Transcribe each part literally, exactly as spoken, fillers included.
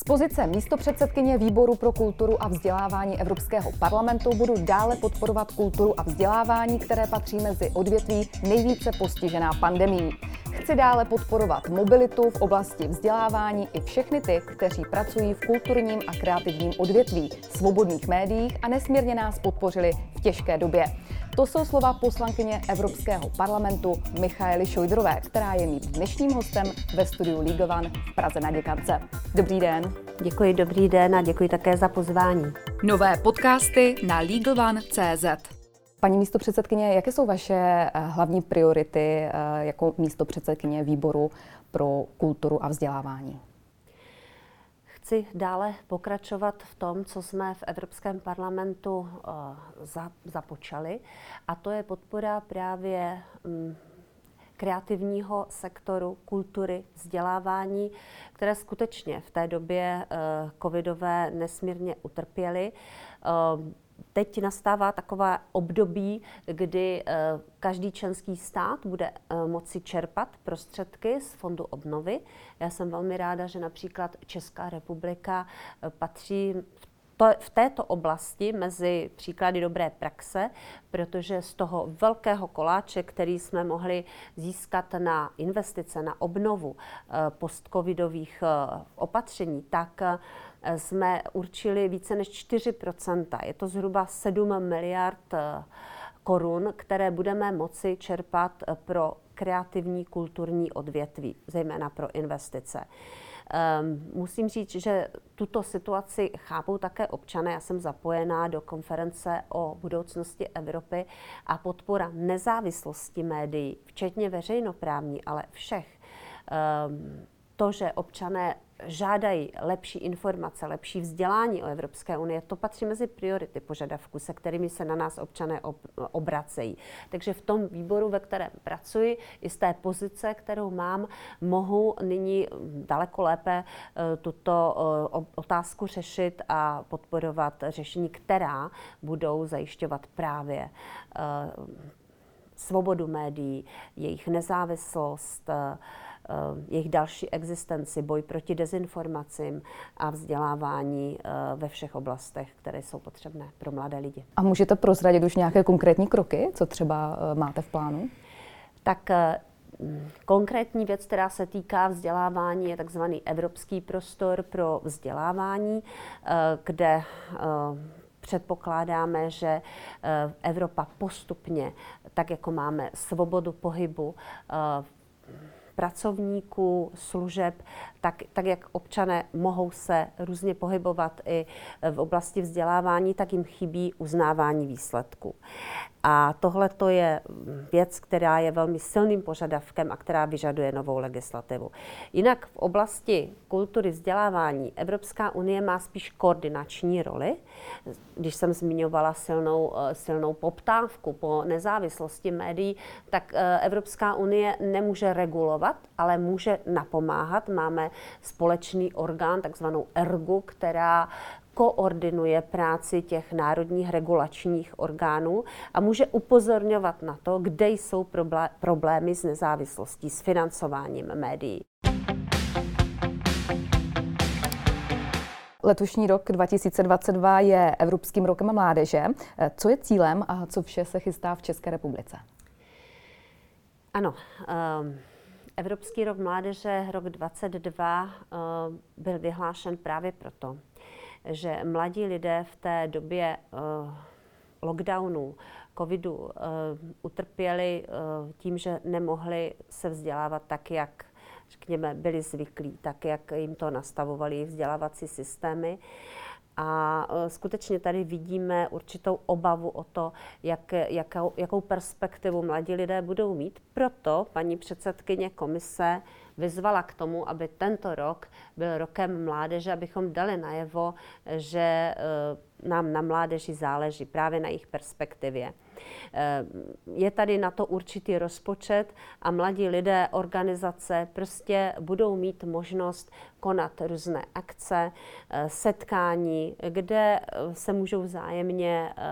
Z pozice místopředsedkyně Výboru pro kulturu a vzdělávání Evropského parlamentu budu dále podporovat kulturu a vzdělávání, které patří mezi odvětví nejvíce postižená pandemií. Chci dále podporovat mobilitu v oblasti vzdělávání i všechny ty, kteří pracují v kulturním a kreativním odvětví, svobodných médiích a nesmírně nás podpořili v těžké době. To jsou slova poslankyně Evropského parlamentu Michaely Šojdrové, která je mým dnešním hostem ve studiu Legal One v Praze na Děkance. Dobrý den. Děkuji, dobrý den a děkuji také za pozvání. Nové podcasty na legal one tečka cé zet. Paní místopředsedkyně, jaké jsou vaše hlavní priority jako místopředsedkyně Výboru pro kulturu a vzdělávání? Chci dále pokračovat v tom, co jsme v Evropském parlamentu uh, za, započali, a to je podpora právě um, kreativního sektoru, kultury, vzdělávání, které skutečně v té době uh, covidové nesmírně utrpěly. Uh, Teď nastává takové období, kdy každý členský stát bude moci čerpat prostředky z Fondu obnovy. Já jsem velmi ráda, že například Česká republika patří v této oblasti mezi příklady dobré praxe, protože z toho velkého koláče, který jsme mohli získat na investice, na obnovu postcovidových opatření, tak jsme určili více než čtyři procenta. Je to zhruba sedm miliard korun, které budeme moci čerpat pro kreativní kulturní odvětví, zejména pro investice. Um, musím říct, že tuto situaci chápou také občané. Já jsem zapojená do konference o budoucnosti Evropy a podpora nezávislosti médií, včetně veřejnoprávní, ale všech. Um, to, že občané žádají lepší informace, lepší vzdělání o Evropské unii, to patří mezi priority požadavků, se kterými se na nás občané obracejí. Takže v tom výboru, ve kterém pracuji, i z té pozice, kterou mám, mohu nyní daleko lépe tuto otázku řešit a podporovat řešení, která budou zajišťovat právě svobodu médií, jejich nezávislost, jejich další existenci, boj proti dezinformacím a vzdělávání ve všech oblastech, které jsou potřebné pro mladé lidi. A můžete prozradit už nějaké konkrétní kroky, co třeba máte v plánu? Tak konkrétní věc, která se týká vzdělávání, je takzvaný Evropský prostor pro vzdělávání, kde předpokládáme, že Evropa postupně, tak jako máme svobodu pohybu pracovníků, služeb, tak, tak jak občané mohou se různě pohybovat i v oblasti vzdělávání, tak jim chybí uznávání výsledků. A tohle to je věc, která je velmi silným požadavkem a která vyžaduje novou legislativu. Jinak v oblasti kultury vzdělávání Evropská unie má spíš koordinační roli. Když jsem zmiňovala silnou, silnou poptávku po nezávislosti médií, tak Evropská unie nemůže regulovat, ale může napomáhat. Máme společný orgán, takzvanou ERGU, která koordinuje práci těch národních regulačních orgánů a může upozorňovat na to, kde jsou problémy s nezávislostí, s financováním médií. Letošní rok dva tisíce dvacet dva je Evropským rokem mládeže. Co je cílem a co vše se chystá v České republice? Ano, um, Evropský rok mládeže, rok dvacet dva, uh, byl vyhlášen právě proto, že mladí lidé v té době uh, lockdownu, covidu uh, utrpěli uh, tím, že nemohli se vzdělávat tak, jak řekněme, byli zvyklí, tak, jak jim to nastavovali vzdělávací systémy. A uh, skutečně tady vidíme určitou obavu o to, jak, jakou, jakou perspektivu mladí lidé budou mít. Proto paní předsedkyně komise vyzvala k tomu, aby tento rok byl rokem mládeže, abychom dali najevo, že nám na mládeži záleží, právě na jejich perspektivě. Je tady na to určitý rozpočet a mladí lidé, organizace prostě budou mít možnost konat různé akce, setkání, kde se můžou vzájemně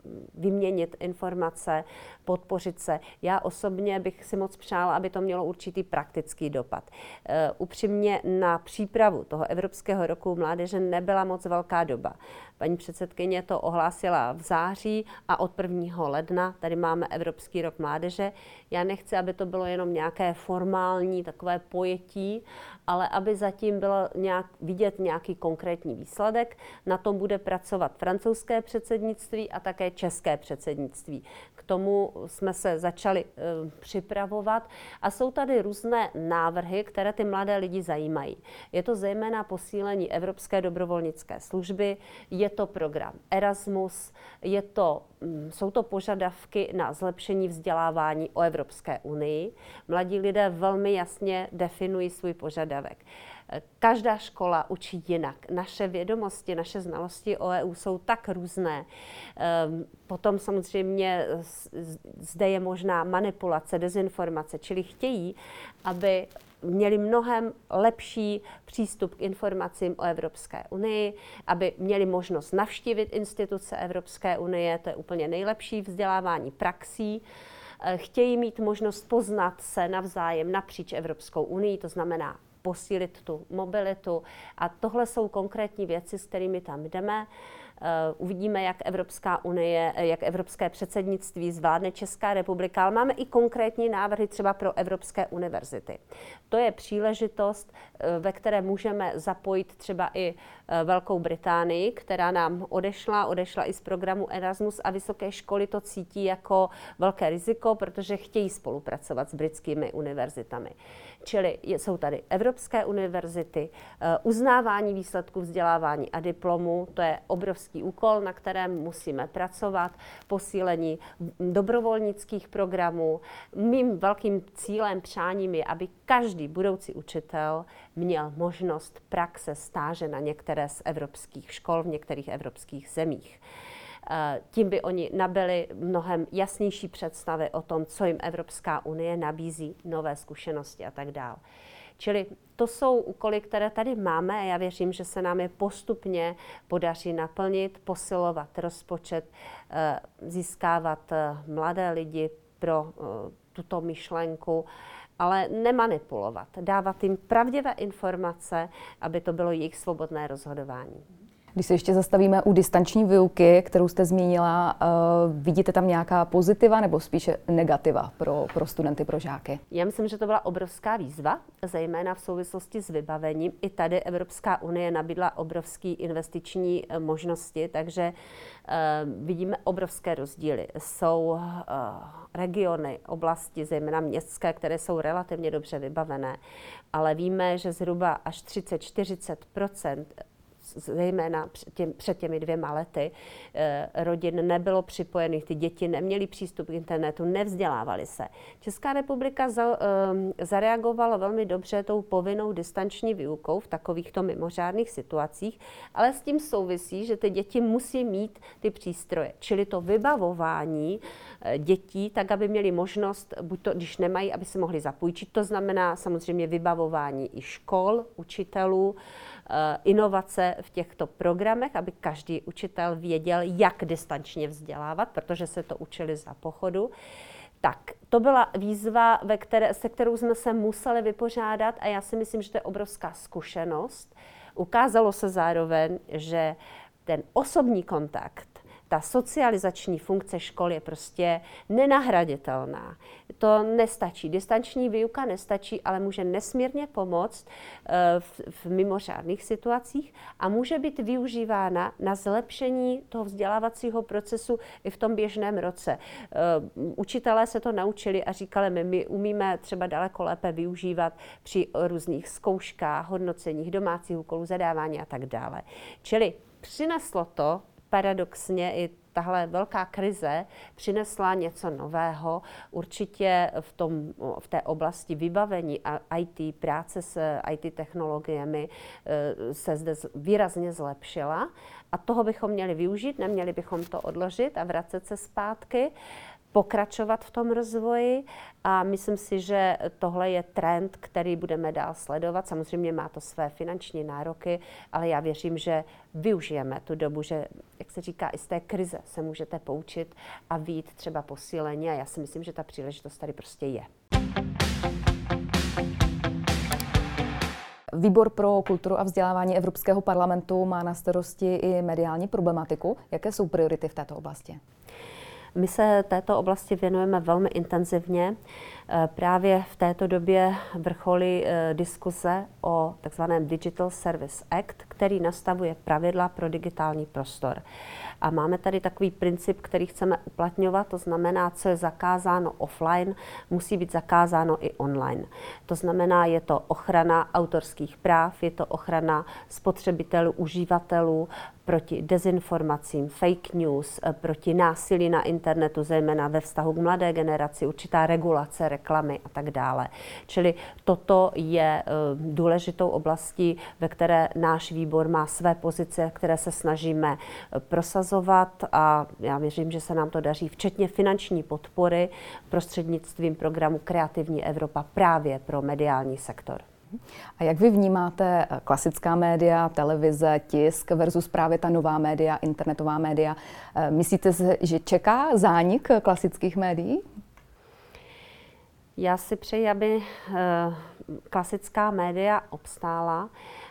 vyměnit informace, podpořit se. Já osobně bych si moc přála, aby to mělo určitý praktický dopad. Upřímně na přípravu toho Evropského roku mládeže nebyla moc velká doba. Paní předsedkyně to ohlásila v září a od prvního ledna tady máme Evropský rok mládeže. Já nechci, aby to bylo jenom nějaké formální takové pojetí, ale aby zatím bylo nějak vidět nějaký konkrétní výsledek. Na tom bude pracovat francouzské předsednictví a také české předsednictví. K tomu jsme se začali e, připravovat a jsou tady různé návrhy, které ty mladé lidi zajímají. Je to zejména posílení Evropské dobrovolnické služby, je to program Erasmus, je to, jsou to požadavky na zlepšení vzdělávání o Evropské unii. Mladí lidé velmi jasně definují svůj požadavek. Každá škola učí jinak. Naše vědomosti, naše znalosti o E U jsou tak různé. Potom samozřejmě zde je možná manipulace, dezinformace, čili chtějí, aby měli mnohem lepší přístup k informacím o Evropské unii, aby měli možnost navštívit instituce Evropské unie, to je úplně nejlepší vzdělávání praxí. Chtějí mít možnost poznat se navzájem napříč Evropskou unii, to znamená posílit tu mobilitu. A tohle jsou konkrétní věci, s kterými tam jdeme. Uvidíme, jak Evropská unie, jak evropské předsednictví zvládne Česká republika, ale máme i konkrétní návrhy třeba pro evropské univerzity. To je příležitost, ve které můžeme zapojit třeba i Velkou Británii, která nám odešla, odešla i z programu Erasmus a vysoké školy to cítí jako velké riziko, protože chtějí spolupracovat s britskými univerzitami. Čili jsou tady evropské univerzity, uznávání výsledků vzdělávání a diplomů, to je obrovský úkol, na kterém musíme pracovat, posílení dobrovolnických programů. Mým velkým cílem, přáním je, aby každý budoucí učitel měl možnost praxe, stáže na některé z evropských škol v některých evropských zemích. Tím by oni nabyli mnohem jasnější představy o tom, co jim Evropská unie nabízí, nové zkušenosti a tak dále. Čili to jsou úkoly, které tady máme a já věřím, že se nám je postupně podaří naplnit, posilovat rozpočet, získávat mladé lidi pro tuto myšlenku, ale nemanipulovat, dávat jim pravdivé informace, aby to bylo jejich svobodné rozhodování. Když se ještě zastavíme u distanční výuky, kterou jste zmínila, uh, vidíte tam nějaká pozitiva nebo spíše negativa pro, pro studenty, pro žáky? Já myslím, že to byla obrovská výzva, zejména v souvislosti s vybavením. I tady Evropská unie nabídla obrovské investiční možnosti, takže uh, vidíme obrovské rozdíly. Jsou uh, regiony, oblasti, zejména městské, které jsou relativně dobře vybavené, ale víme, že zhruba až třicet až čtyřicet procent zejména před těmi dvěma lety, rodin nebylo připojených, ty děti neměly přístup k internetu, nevzdělávaly se. Česká republika za, zareagovala velmi dobře tou povinnou distanční výukou v takovýchto mimořádných situacích, ale s tím souvisí, že ty děti musí mít ty přístroje, čili to vybavování dětí, tak aby měli možnost, buď to, když nemají, aby se mohli zapůjčit, to znamená samozřejmě vybavování i škol, učitelů, inovace v těchto programech, aby každý učitel věděl, jak distančně vzdělávat, protože se to učili za pochodu. Tak, to byla výzva, ve které, se kterou jsme se museli vypořádat a já si myslím, že to je obrovská zkušenost. Ukázalo se zároveň, že ten osobní kontakt, ta socializační funkce škol je prostě nenahraditelná. To nestačí. Distanční výuka nestačí, ale může nesmírně pomoct v, v mimořádných situacích a může být využívána na zlepšení toho vzdělávacího procesu i v tom běžném roce. Učitelé se to naučili a říkali mi, my umíme třeba daleko lépe využívat při různých zkouškách, hodnoceních domácích úkolů, zadávání a tak dále. Čili přineslo to paradoxně i tahle velká krize přinesla něco nového. Určitě v, tom, v té oblasti vybavení a í té, práce s í té technologiemi se zde výrazně zlepšila. A toho bychom měli využít, neměli bychom to odložit a vracet se zpátky. pokračovat v tom rozvoji a myslím si, že tohle je trend, který budeme dál sledovat. Samozřejmě má to své finanční nároky, ale já věřím, že využijeme tu dobu, že, jak se říká, i z té krize se můžete poučit a vyjít třeba posílení a já si myslím, že ta příležitost tady prostě je. Výbor pro kulturu a vzdělávání Evropského parlamentu má na starosti i mediální problematiku. Jaké jsou priority v této oblasti? My se této oblasti věnujeme velmi intenzivně. Právě v této době vrcholí diskuze o takzvaném Digital Service Act, který nastavuje pravidla pro digitální prostor. A máme tady takový princip, který chceme uplatňovat, to znamená, co je zakázáno offline, musí být zakázáno i online. To znamená, je to ochrana autorských práv, je to ochrana spotřebitelů, uživatelů proti dezinformacím, fake news, proti násilí na internetu, zejména ve vztahu k mladé generaci, určitá regulace reklamy a tak dále. Čili toto je důležitou oblastí, ve které náš výbor má své pozice, které se snažíme prosazovat a já věřím, že se nám to daří, včetně finanční podpory prostřednictvím programu Kreativní Evropa právě pro mediální sektor. A jak vy vnímáte klasická média, televize, tisk versus právě ta nová média, internetová média? Myslíte, že čeká zánik klasických médií? Já si přeji, aby klasická média obstála.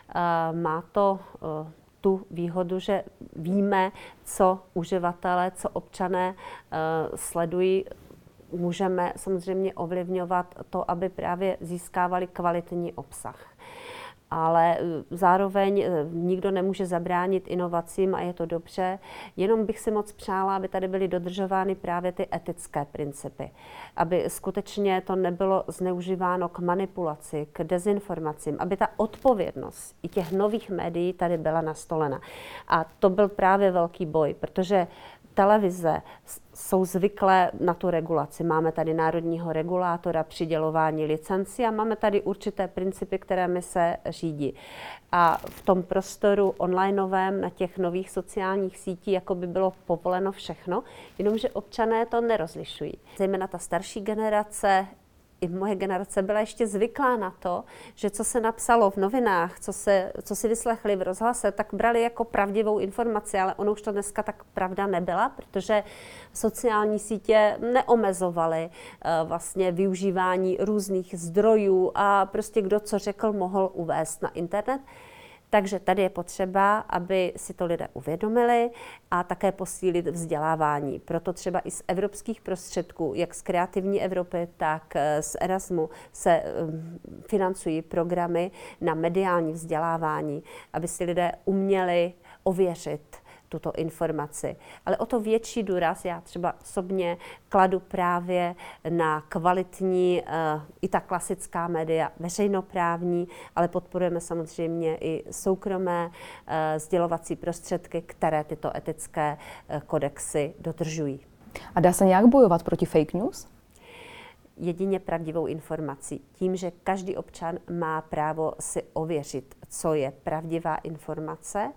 Má to tu výhodu, že víme, co uživatelé, co občané sledují. Můžeme samozřejmě ovlivňovat to, aby právě získávali kvalitní obsah. Ale zároveň nikdo nemůže zabránit inovacím a je to dobře. Jenom bych si moc přála, aby tady byly dodržovány právě ty etické principy. Aby skutečně to nebylo zneužíváno k manipulaci, k dezinformacím, aby ta odpovědnost i těch nových médií tady byla nastolena. A to byl právě velký boj, protože televize jsou zvyklé na tu regulaci. Máme tady národního regulátora, přidělování licencí a máme tady určité principy, kterými se řídí. A v tom prostoru onlineovém, na těch nových sociálních sítích, jako by bylo povoleno všechno, jenomže občané to nerozlišují. Zejména ta starší generace, i moje generace byla ještě zvyklá na to, že co se napsalo v novinách, co, se, co si vyslechli v rozhlase, tak brali jako pravdivou informaci, ale ono už to dneska tak pravda nebyla, protože sociální sítě neomezovaly uh, vlastně využívání různých zdrojů a prostě kdo co řekl, mohl uvést na internet. Takže tady je potřeba, aby si to lidé uvědomili a také posílit vzdělávání. Proto třeba i z evropských prostředků, jak z Kreativní Evropy, tak z Erasmu se financují programy na mediální vzdělávání, aby si lidé uměli ověřit tuto informaci. Ale o to větší důraz já třeba osobně kladu právě na kvalitní, i ta klasická média, veřejnoprávní, ale podporujeme samozřejmě i soukromé sdělovací prostředky, které tyto etické kodexy dodržují. A dá se nějak bojovat proti fake news? Jedině pravdivou informací. Tím, že každý občan má právo si ověřit, co je pravdivá informace,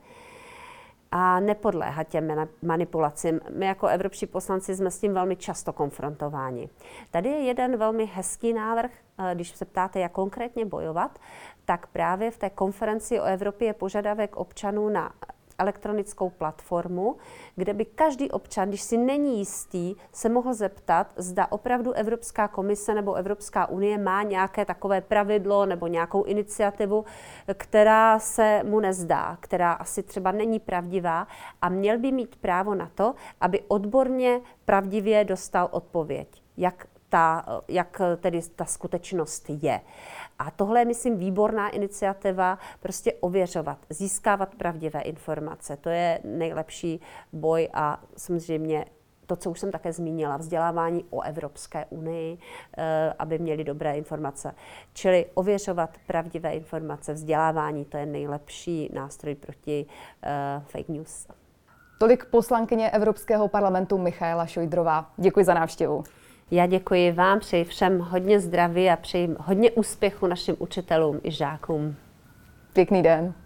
a nepodléhat těm manipulacím. My jako evropští poslanci jsme s tím velmi často konfrontováni. Tady je jeden velmi hezký návrh, když se ptáte, jak konkrétně bojovat, tak právě v té konferenci o Evropě je požadavek občanů na elektronickou platformu, kde by každý občan, když si není jistý, se mohl zeptat, zda opravdu Evropská komise nebo Evropská unie má nějaké takové pravidlo nebo nějakou iniciativu, která se mu nezdá, která asi třeba není pravdivá a měl by mít právo na to, aby odborně pravdivě dostal odpověď, jak Ta, jak tedy ta skutečnost je. A tohle je, myslím, výborná iniciativa, prostě ověřovat, získávat pravdivé informace. To je nejlepší boj a samozřejmě to, co už jsem také zmínila, vzdělávání o Evropské unii, aby měli dobré informace. Čili ověřovat pravdivé informace, vzdělávání, to je nejlepší nástroj proti uh, fake news. Tolik poslankyně Evropského parlamentu Michaela Šojdrová. Děkuji za návštěvu. Já děkuji vám, přeji všem hodně zdraví a přeji hodně úspěchu našim učitelům i žákům. Pěkný den.